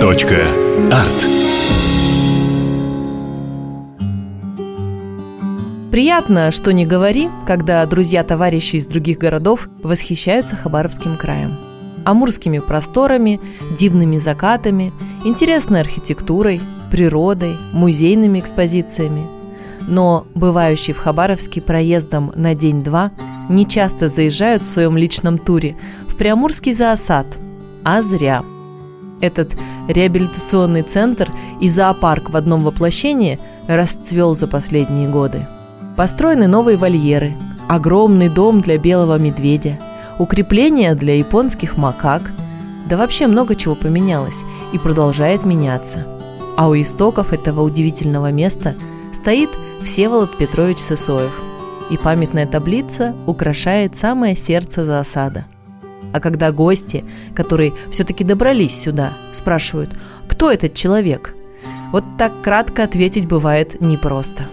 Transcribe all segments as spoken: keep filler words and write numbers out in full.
Точка. Арт. Приятно, что не говори, когда друзья-товарищи из других городов восхищаются Хабаровским краем. Амурскими просторами, дивными закатами, интересной архитектурой, природой, музейными экспозициями. Но бывающие в Хабаровске проездом на день-два не часто заезжают в своем личном туре в Приамурский зоосад. А зря. Этот реабилитационный центр и зоопарк в одном воплощении расцвел за последние годы. Построены новые вольеры, огромный дом для белого медведя, укрепления для японских макак. Да вообще много чего поменялось и продолжает меняться. А у истоков этого удивительного места стоит Всеволод Петрович Сысоев, и памятная таблица украшает самое сердце зоосада. А когда гости, которые все-таки добрались сюда, спрашивают, кто этот человек, вот так кратко ответить бывает непросто.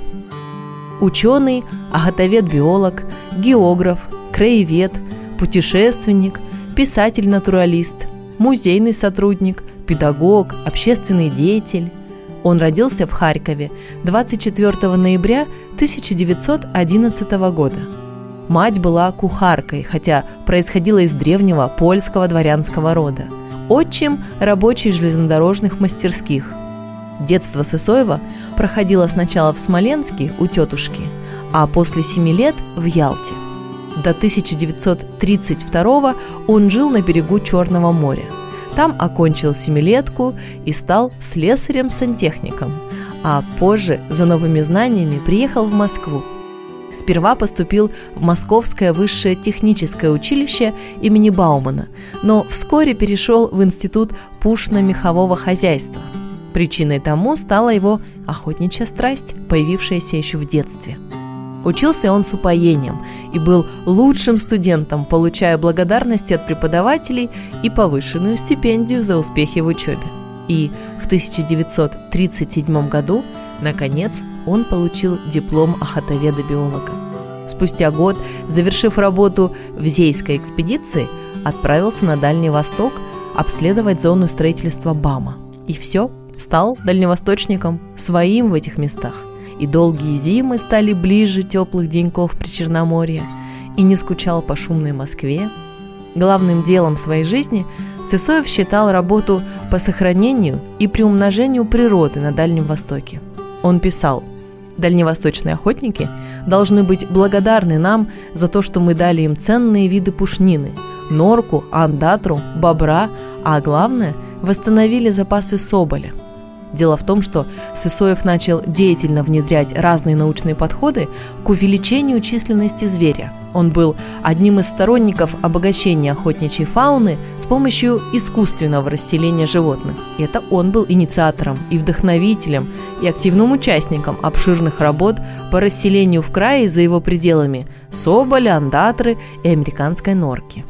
Ученый, агатовед-биолог, географ, краевед, путешественник, писатель-натуралист, музейный сотрудник, педагог, общественный деятель. Он родился в Харькове двадцать четвёртого ноября тысяча девятьсот одиннадцатого года. Мать была кухаркой, хотя происходила из древнего польского дворянского рода. Отчим – рабочий железнодорожных мастерских. Детство Сысоева проходило сначала в Смоленске у тетушки, а после семи лет в Ялте. До тысяча девятьсот тридцать второго он жил на берегу Черного моря. Там окончил семилетку и стал слесарем-сантехником, а позже за новыми знаниями приехал в Москву. Сперва поступил в Московское высшее техническое училище имени Баумана, но вскоре перешел в Институт пушно-мехового хозяйства. Причиной тому стала его охотничья страсть, появившаяся еще в детстве. Учился он с упоением и был лучшим студентом, получая благодарности от преподавателей и повышенную стипендию за успехи в учебе. И в тысяча девятьсот тридцать седьмом году, наконец, он получил диплом охотоведа-биолога. Спустя год, завершив работу в Зейской экспедиции, отправился на Дальний Восток обследовать зону строительства БАМа. И все, стал дальневосточником, своим в этих местах. И долгие зимы стали ближе теплых деньков Причерноморья, и не скучал по шумной Москве. Главным делом своей жизни Сысоев считал работу по сохранению и приумножению природы на Дальнем Востоке. Он писал: «Дальневосточные охотники должны быть благодарны нам за то, что мы дали им ценные виды пушнины, норку, андатру, бобра, а главное – восстановили запасы соболя». Дело в том, что Сысоев начал деятельно внедрять разные научные подходы к увеличению численности зверя. Он был одним из сторонников обогащения охотничьей фауны с помощью искусственного расселения животных. И это он был инициатором и вдохновителем, и активным участником обширных работ по расселению в крае и за его пределами соболя, андатры и американской норки.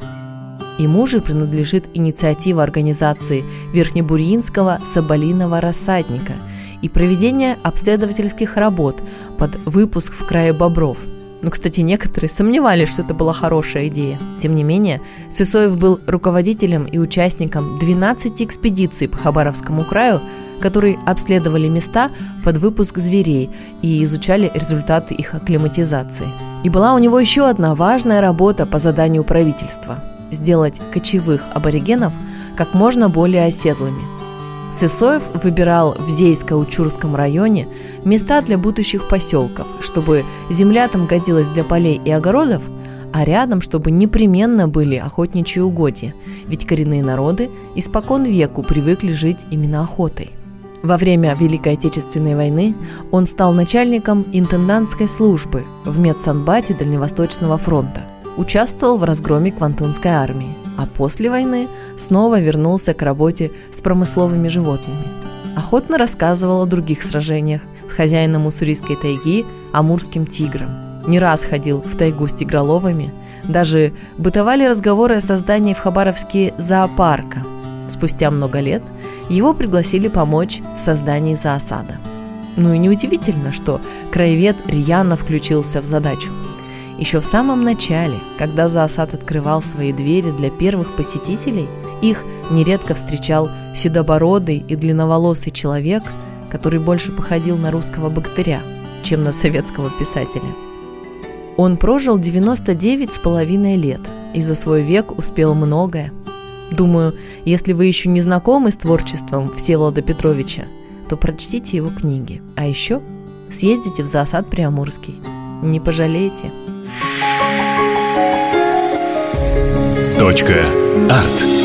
Ему же принадлежит инициатива организации Верхнебурьинского соболиного рассадника и проведение обследовательских работ под выпуск в крае бобров. Ну, кстати, некоторые сомневались, что это была хорошая идея. Тем не менее, Сысоев был руководителем и участником двенадцати экспедиций по Хабаровскому краю, которые обследовали места под выпуск зверей и изучали результаты их акклиматизации. И была у него еще одна важная работа по заданию правительства – сделать кочевых аборигенов как можно более оседлыми. Сысоев выбирал в Зейско-Учурском районе места для будущих поселков, чтобы земля там годилась для полей и огородов, а рядом, чтобы непременно были охотничьи угодья, ведь коренные народы испокон веку привыкли жить именно охотой. Во время Великой Отечественной войны он стал начальником интендантской службы в медсанбате Дальневосточного фронта. Участвовал в разгроме Квантунской армии, а после войны снова вернулся к работе с промысловыми животными. Охотно рассказывал о других сражениях с хозяином уссурийской тайги амурским тигром. Не раз ходил в тайгу с тигроловами, даже бытовали разговоры о создании в Хабаровске зоопарка. Спустя много лет его пригласили помочь в создании зоосада. Ну и неудивительно, что краевед рьяно включился в задачу. Еще в самом начале, когда зоосад открывал свои двери для первых посетителей, их нередко встречал седобородый и длинноволосый человек, который больше походил на русского богатыря, чем на советского писателя. Он прожил девяносто девять с половиной лет и за свой век успел многое. Думаю, если вы еще не знакомы с творчеством Всеволода Петровича, то прочтите его книги. А еще съездите в зоосад Приамурский. Не пожалеете. Точка. Арт.